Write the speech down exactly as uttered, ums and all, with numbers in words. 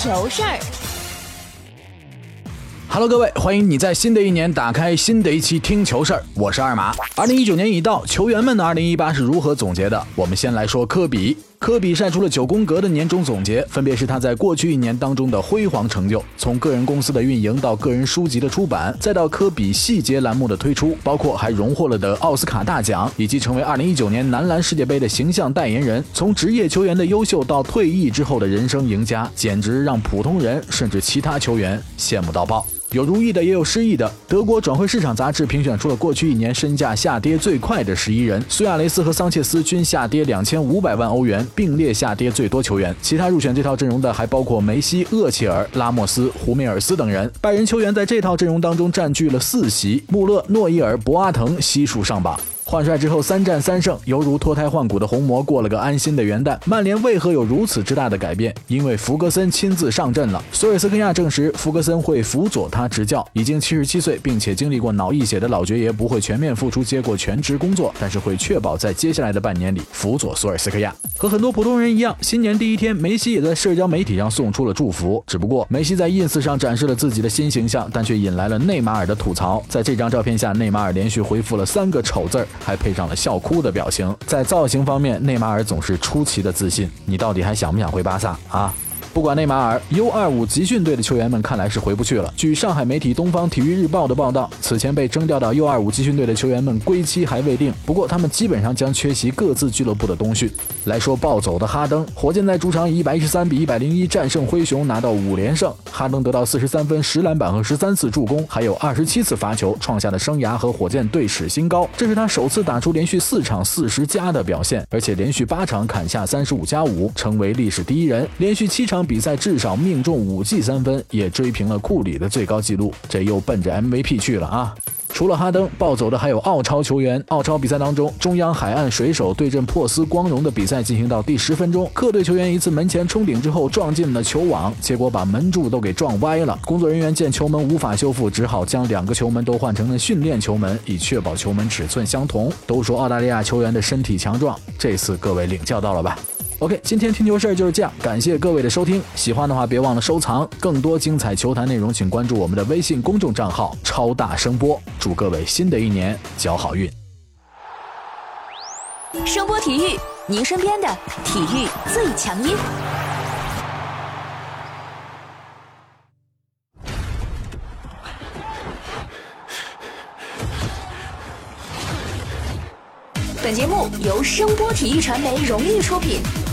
球事儿。 Hello， 各位，欢迎你在新的一年打开新的一期听球事儿，我是二马。二零一九年已到，球员们的二零一八是如何总结的？我们先来说科比。科比晒出了九宫格的年终总结，分别是他在过去一年当中的辉煌成就，从个人公司的运营到个人书籍的出版，再到科比细节栏目的推出，包括还荣获了的奥斯卡大奖，以及成为二零一九年男篮世界杯的形象代言人。从职业球员的优秀到退役之后的人生赢家，简直让普通人甚至其他球员羡慕到爆。有如意的，也有失意的。德国转会市场杂志评选出了过去一年身价下跌最快的十一人，苏亚雷斯和桑切斯均下跌两千五百万欧元，并列下跌最多球员。其他入选这套阵容的还包括梅西、厄齐尔、拉莫斯、胡梅尔斯等人。拜仁球员在这套阵容当中占据了四席，穆勒、诺伊尔、博阿滕悉数上榜。换帅之后三战三胜，犹如脱胎换骨的红魔过了个安心的元旦。曼联为何有如此之大的改变？因为弗格森亲自上阵了。索尔斯克亚证实，弗格森会辅佐他执教。已经七十七岁并且经历过脑溢血的老爵爷不会全面复出接过全职工作，但是会确保在接下来的半年里辅佐索尔斯克亚。和很多普通人一样，新年第一天，梅西也在社交媒体上送出了祝福。只不过梅西在 ins 上展示了自己的新形象，但却引来了内马尔的吐槽。在这张照片下，内马尔连续回复了三个丑字，还配上了笑哭的表情。在造型方面，内马尔总是出奇的自信。你到底还想不想回巴萨啊？不管内马尔 U 二十五 集训队的球员们看来是回不去了。据上海媒体东方体育日报的报道，此前被征调到 U 二十五 集训队的球员们归期还未定，不过他们基本上将缺席各自俱乐部的冬训。来说暴走的哈登，火箭在主场以一百一十三比一百零一战胜灰熊，拿到五连胜。哈登得到四十三分、十篮板和十三次助攻，还有二十七次罚球，创下了生涯和火箭队史新高。这是他首次打出连续四场四十加的表现，而且连续八场砍下三十五加五，成为历史第一人。连续七场比赛至少命中五记三分，也追平了库里的最高纪录，这又奔着 M V P 去了啊！除了哈登，暴走的还有澳超球员。澳超比赛当中，中央海岸水手对阵珀斯光荣的比赛进行到第十分钟，客队球员一次门前冲顶之后撞进了球网，结果把门柱都给撞歪了。工作人员见球门无法修复，只好将两个球门都换成了训练球门，以确保球门尺寸相同。都说澳大利亚球员的身体强壮，这次各位领教到了吧？OK， 今天听球事儿就是这样，感谢各位的收听，喜欢的话别忘了收藏，更多精彩球坛内容请关注我们的微信公众账号超大声波，祝各位新的一年交好运。 声波体育，您身边的体育最强音。本节目由声波体育传媒荣誉出品。